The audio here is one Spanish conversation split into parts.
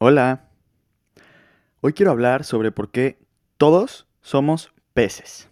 Hola, hoy quiero hablar sobre por qué todos somos peces.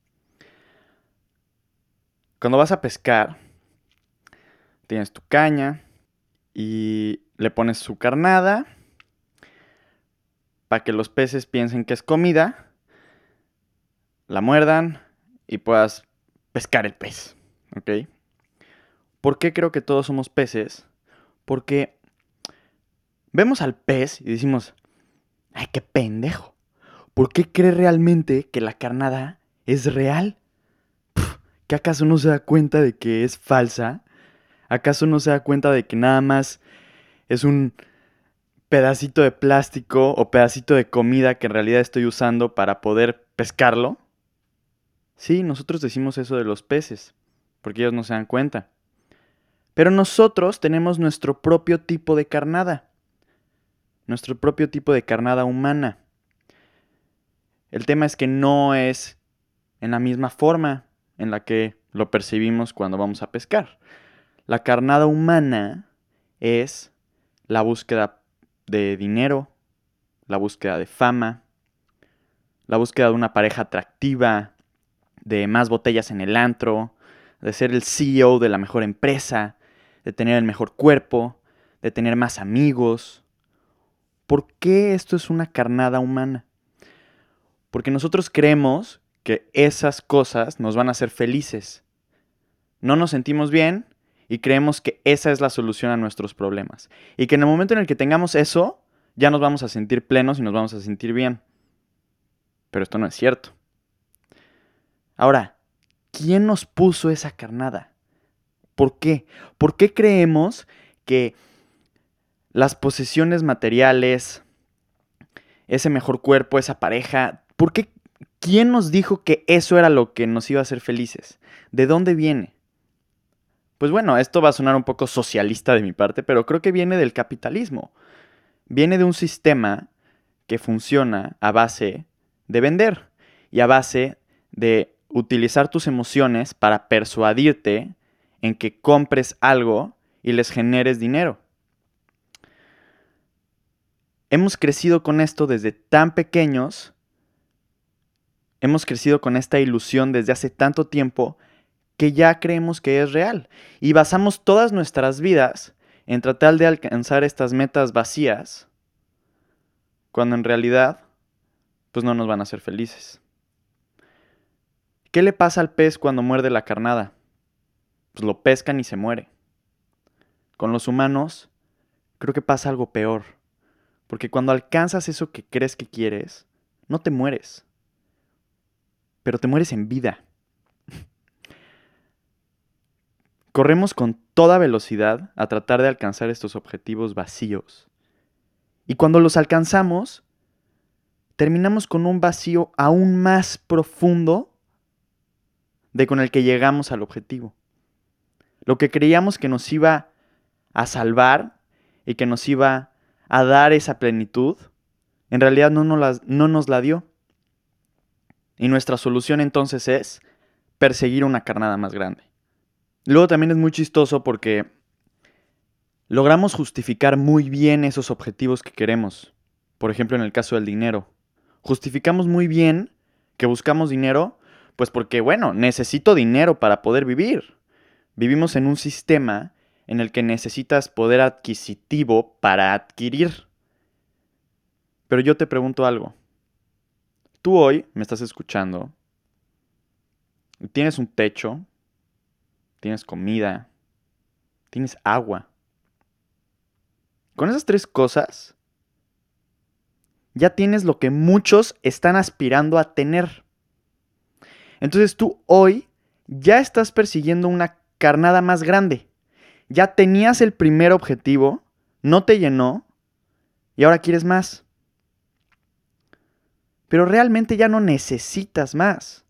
Cuando vas a pescar, tienes tu caña y le pones su carnada para que los peces piensen que es comida, la muerdan y puedas pescar el pez, ¿ok? ¿Por qué creo que todos somos peces? Porque vemos al pez y decimos, ¡ay, qué pendejo! ¿Por qué cree realmente que la carnada es real? ¿Qué acaso no se da cuenta de que es falsa? ¿Acaso no se da cuenta de que nada más es un pedacito de plástico o pedacito de comida que en realidad estoy usando para poder pescarlo? Sí, nosotros decimos eso de los peces, porque ellos no se dan cuenta. Pero nosotros tenemos nuestro propio tipo de carnada, nuestro propio tipo de carnada humana. El tema es que no es en la misma forma en la que lo percibimos cuando vamos a pescar. La carnada humana es la búsqueda de dinero, la búsqueda de fama, la búsqueda de una pareja atractiva, de más botellas en el antro, de ser el CEO de la mejor empresa, de tener el mejor cuerpo, de tener más amigos. ¿Por qué esto es una carnada humana? Porque nosotros creemos que esas cosas nos van a hacer felices. No nos sentimos bien y creemos que esa es la solución a nuestros problemas. Y que en el momento en el que tengamos eso, ya nos vamos a sentir plenos y nos vamos a sentir bien. Pero esto no es cierto. Ahora, ¿quién nos puso esa carnada? ¿Por qué? ¿Por qué creemos que las posesiones materiales, ese mejor cuerpo, esa pareja, ¿por qué? ¿Quién nos dijo que eso era lo que nos iba a hacer felices? ¿De dónde viene? Pues bueno, esto va a sonar un poco socialista de mi parte, pero creo que viene del capitalismo. Viene de un sistema que funciona a base de vender y a base de utilizar tus emociones para persuadirte en que compres algo y les generes dinero. Hemos crecido con esto desde tan pequeños, hemos crecido con esta ilusión desde hace tanto tiempo que ya creemos que es real y basamos todas nuestras vidas en tratar de alcanzar estas metas vacías cuando en realidad pues no nos van a hacer felices. ¿Qué le pasa al pez cuando muerde la carnada? Pues lo pescan y se muere. Con los humanos creo que pasa algo peor, porque cuando alcanzas eso que crees que quieres, no te mueres, pero te mueres en vida. Corremos con toda velocidad a tratar de alcanzar estos objetivos vacíos. Y cuando los alcanzamos, terminamos con un vacío aún más profundo de con el que llegamos al objetivo. Lo que creíamos que nos iba a salvar y que nos iba a dar esa plenitud, en realidad no nos la dio. Y nuestra solución entonces es perseguir una carnada más grande. Luego también es muy chistoso porque logramos justificar muy bien esos objetivos que queremos. Por ejemplo, en el caso del dinero. Justificamos muy bien que buscamos dinero, pues porque, bueno, necesito dinero para poder vivir. Vivimos en un sistema en el que necesitas poder adquisitivo para adquirir. Pero yo te pregunto algo. Tú hoy me estás escuchando, tienes un techo, tienes comida, tienes agua. Con esas tres cosas, ya tienes lo que muchos están aspirando a tener. Entonces tú hoy ya estás persiguiendo una carnada más grande. Ya tenías el primer objetivo, no te llenó y ahora quieres más. Pero realmente ya no necesitas más.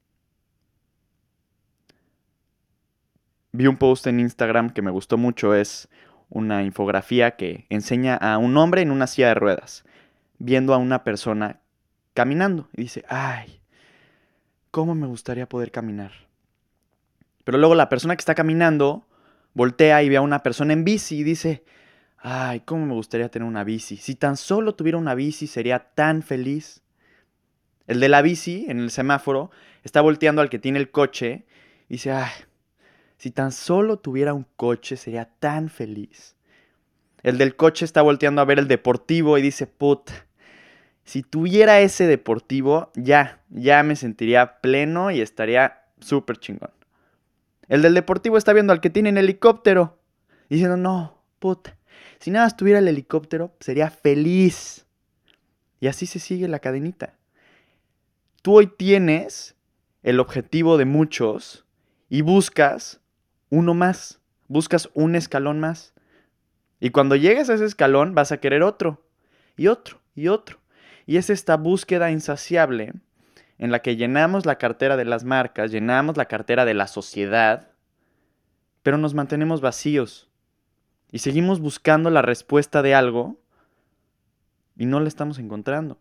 Vi un post en Instagram que me gustó mucho, es una infografía que enseña a un hombre en una silla de ruedas, viendo a una persona caminando. Y dice, ay, ¿cómo me gustaría poder caminar? Pero luego la persona que está caminando voltea y ve a una persona en bici y dice, Ay, cómo me gustaría tener una bici. Si tan solo tuviera una bici, sería tan feliz. El de la bici, en el semáforo, está volteando al que tiene el coche y dice, ay, si tan solo tuviera un coche, sería tan feliz. El del coche está volteando a ver el deportivo y dice, puta, si tuviera ese deportivo, ya me sentiría pleno y estaría súper chingón. El del deportivo está viendo al que tiene en helicóptero y diciendo, no, puta, si nada más tuviera el helicóptero, sería feliz. Y así se sigue la cadenita. Tú hoy tienes el objetivo de muchos y buscas uno más, buscas un escalón más. Y cuando llegues a ese escalón vas a querer otro, y otro, y otro. Y es esta búsqueda insaciable en la que llenamos la cartera de las marcas, llenamos la cartera de la sociedad, pero nos mantenemos vacíos. Y seguimos buscando la respuesta de algo y no la estamos encontrando.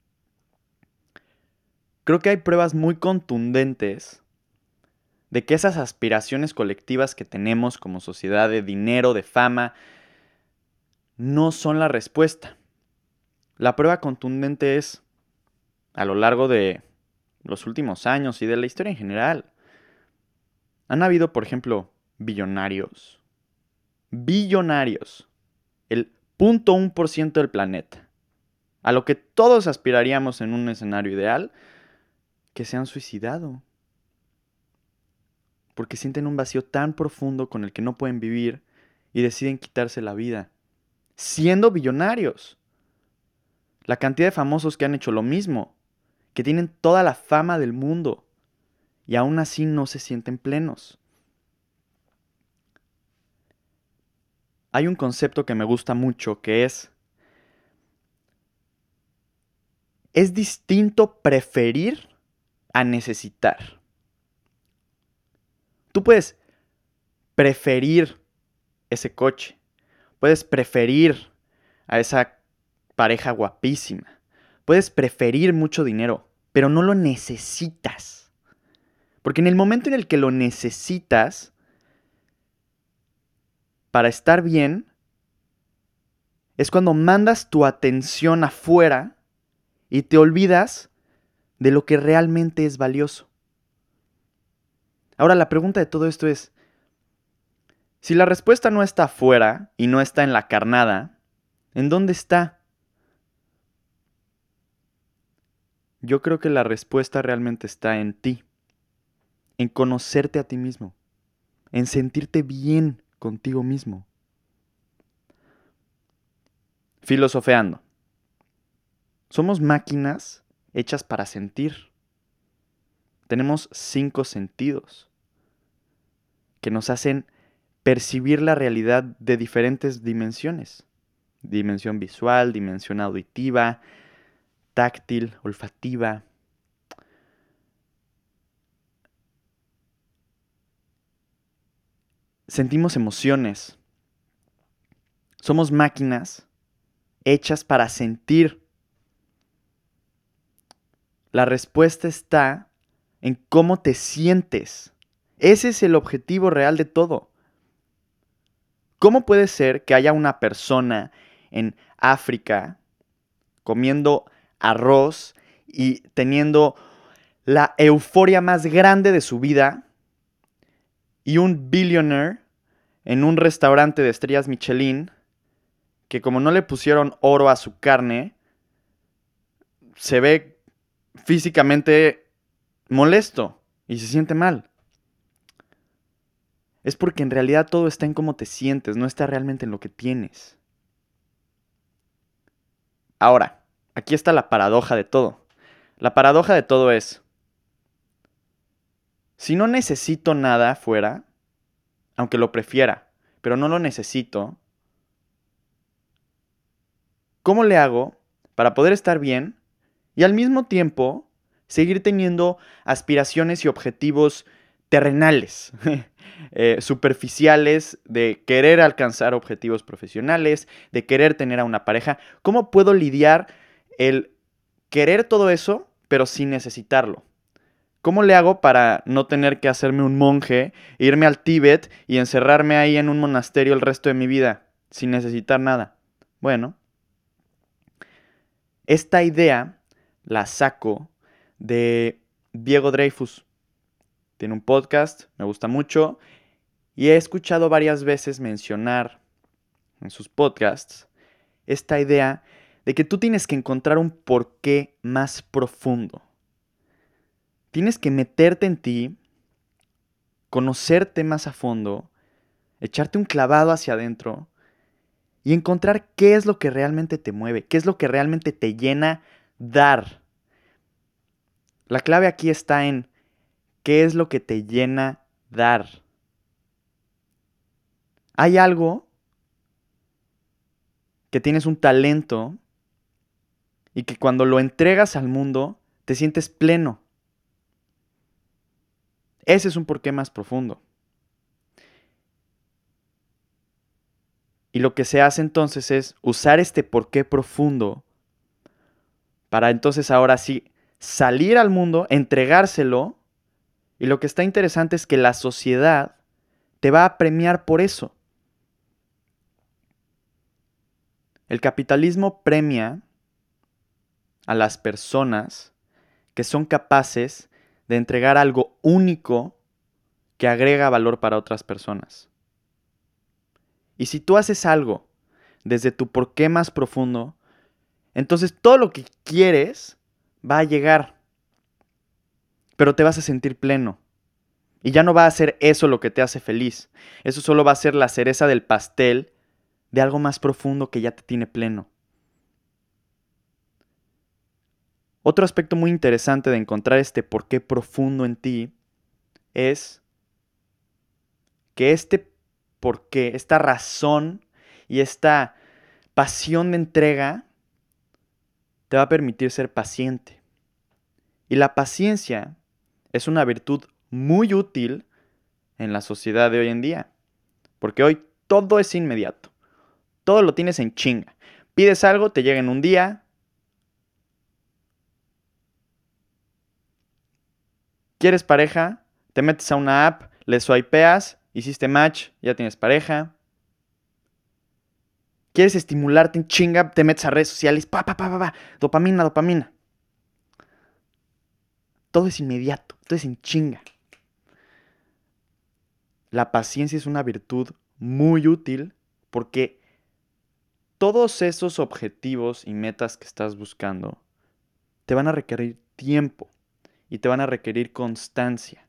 Creo que hay pruebas muy contundentes de que esas aspiraciones colectivas que tenemos como sociedad de dinero, de fama, no son la respuesta. La prueba contundente es, a lo largo de los últimos años y de la historia en general, han habido, por ejemplo, billonarios, el 0.1% del planeta, a lo que todos aspiraríamos en un escenario ideal, que se han suicidado. Porque sienten un vacío tan profundo con el que no pueden vivir y deciden quitarse la vida, siendo billonarios. La cantidad de famosos que han hecho lo mismo, que tienen toda la fama del mundo y aún así no se sienten plenos. Hay un concepto que me gusta mucho que es distinto preferir a necesitar. Tú puedes preferir ese coche, puedes preferir a esa pareja guapísima, puedes preferir mucho dinero, pero no lo necesitas. Porque en el momento en el que lo necesitas para estar bien, es cuando mandas tu atención afuera y te olvidas de lo que realmente es valioso. Ahora la pregunta de todo esto es, si la respuesta no está afuera y no está en la carnada, ¿en dónde está? Yo creo que la respuesta realmente está en ti, en conocerte a ti mismo, en sentirte bien contigo mismo. Filosofeando. Somos máquinas hechas para sentir. Tenemos 5 sentidos que nos hacen percibir la realidad de diferentes dimensiones. Dimensión visual, dimensión auditiva, táctil, olfativa. Sentimos emociones. Somos máquinas hechas para sentir. La respuesta está en cómo te sientes. Ese es el objetivo real de todo. ¿Cómo puede ser que haya una persona en África comiendo arroz y teniendo la euforia más grande de su vida y un billionaire en un restaurante de estrellas Michelin que, como no le pusieron oro a su carne, se ve físicamente molesto y se siente mal? Es porque en realidad todo está en cómo te sientes, no está realmente en lo que tienes. Ahora, aquí está la paradoja de todo. La paradoja de todo es, si no necesito nada afuera, aunque lo prefiera, pero no lo necesito, ¿cómo le hago para poder estar bien y al mismo tiempo seguir teniendo aspiraciones y objetivos terrenales, superficiales, de querer alcanzar objetivos profesionales, de querer tener a una pareja? ¿Cómo puedo lidiar el querer todo eso, pero sin necesitarlo? ¿Cómo le hago para no tener que hacerme un monje, irme al Tíbet y encerrarme ahí en un monasterio el resto de mi vida? sin necesitar nada. Bueno, esta idea la saco de Diego Dreyfus. Tiene un podcast, me gusta mucho, y he escuchado varias veces mencionar en sus podcasts esta idea de que tú tienes que encontrar un porqué más profundo. Tienes que meterte en ti, conocerte más a fondo, echarte un clavado hacia adentro y encontrar qué es lo que realmente te mueve, qué es lo que realmente te llena dar. La clave aquí está en qué es lo que te llena dar. Hay algo que tienes un talento y que cuando lo entregas al mundo te sientes pleno. Ese es un porqué más profundo. Y lo que se hace entonces es usar este porqué profundo para entonces ahora sí salir al mundo, entregárselo. Y lo que está interesante es que la sociedad te va a premiar por eso. El capitalismo premia a las personas que son capaces de entregar algo único que agrega valor para otras personas. Y si tú haces algo desde tu porqué más profundo, entonces todo lo que quieres va a llegar, pero te vas a sentir pleno. Y ya no va a ser eso lo que te hace feliz. Eso solo va a ser la cereza del pastel de algo más profundo que ya te tiene pleno. Otro aspecto muy interesante de encontrar este porqué profundo en ti es que este porqué, esta razón y esta pasión de entrega te va a permitir ser paciente. Y la paciencia es una virtud muy útil en la sociedad de hoy en día, porque hoy todo es inmediato, todo lo tienes en chinga. Pides algo, te llega en un día. ¿Quieres pareja? Te metes a una app, le swipeas, hiciste match, ya tienes pareja. ¿Quieres estimularte en chinga? Te metes a redes sociales, dopamina, dopamina. Todo es inmediato, todo es en chinga. La paciencia es una virtud muy útil porque todos esos objetivos y metas que estás buscando te van a requerir tiempo y te van a requerir constancia.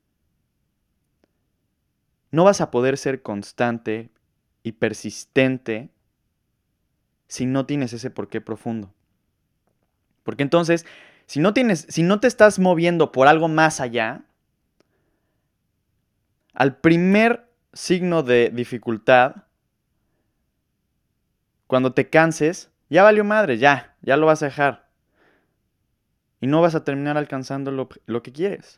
No vas a poder ser constante y persistente si no tienes ese porqué profundo. Porque entonces, si no te estás moviendo por algo más allá, al primer signo de dificultad, cuando te canses, ya valió madre, ya lo vas a dejar. Y no vas a terminar alcanzando lo que quieres.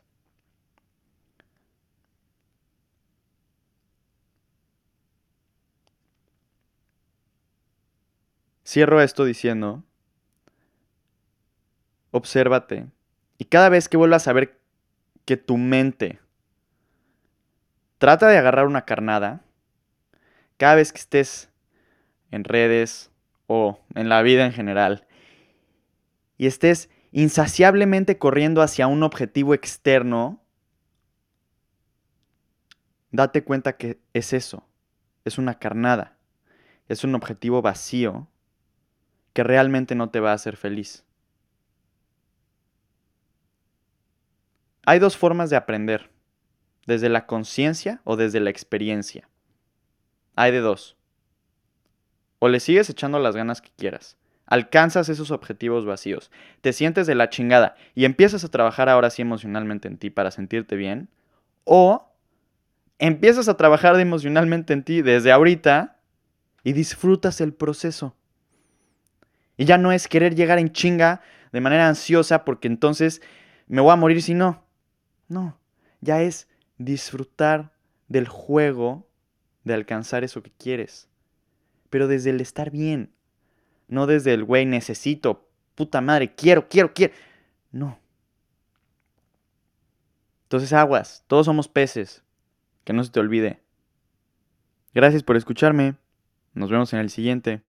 Cierro esto diciendo, obsérvate. Y cada vez que vuelvas a ver que tu mente trata de agarrar una carnada, cada vez que estés en redes o en la vida en general, y estés insaciablemente corriendo hacia un objetivo externo, date cuenta que es eso, es una carnada, es un objetivo vacío que realmente no te va a hacer feliz. Hay dos formas de aprender, desde la conciencia o desde la experiencia. Hay de dos. O le sigues echando las ganas que quieras, alcanzas esos objetivos vacíos, te sientes de la chingada y empiezas a trabajar ahora sí emocionalmente en ti para sentirte bien, o empiezas a trabajar emocionalmente en ti desde ahorita y disfrutas el proceso. Y ya no es querer llegar en chinga de manera ansiosa porque entonces me voy a morir si no. No, ya es disfrutar del juego de alcanzar eso que quieres. Pero desde el estar bien. No desde el güey necesito, puta madre, quiero. No. Entonces aguas, todos somos peces. Que no se te olvide. Gracias por escucharme. Nos vemos en el siguiente.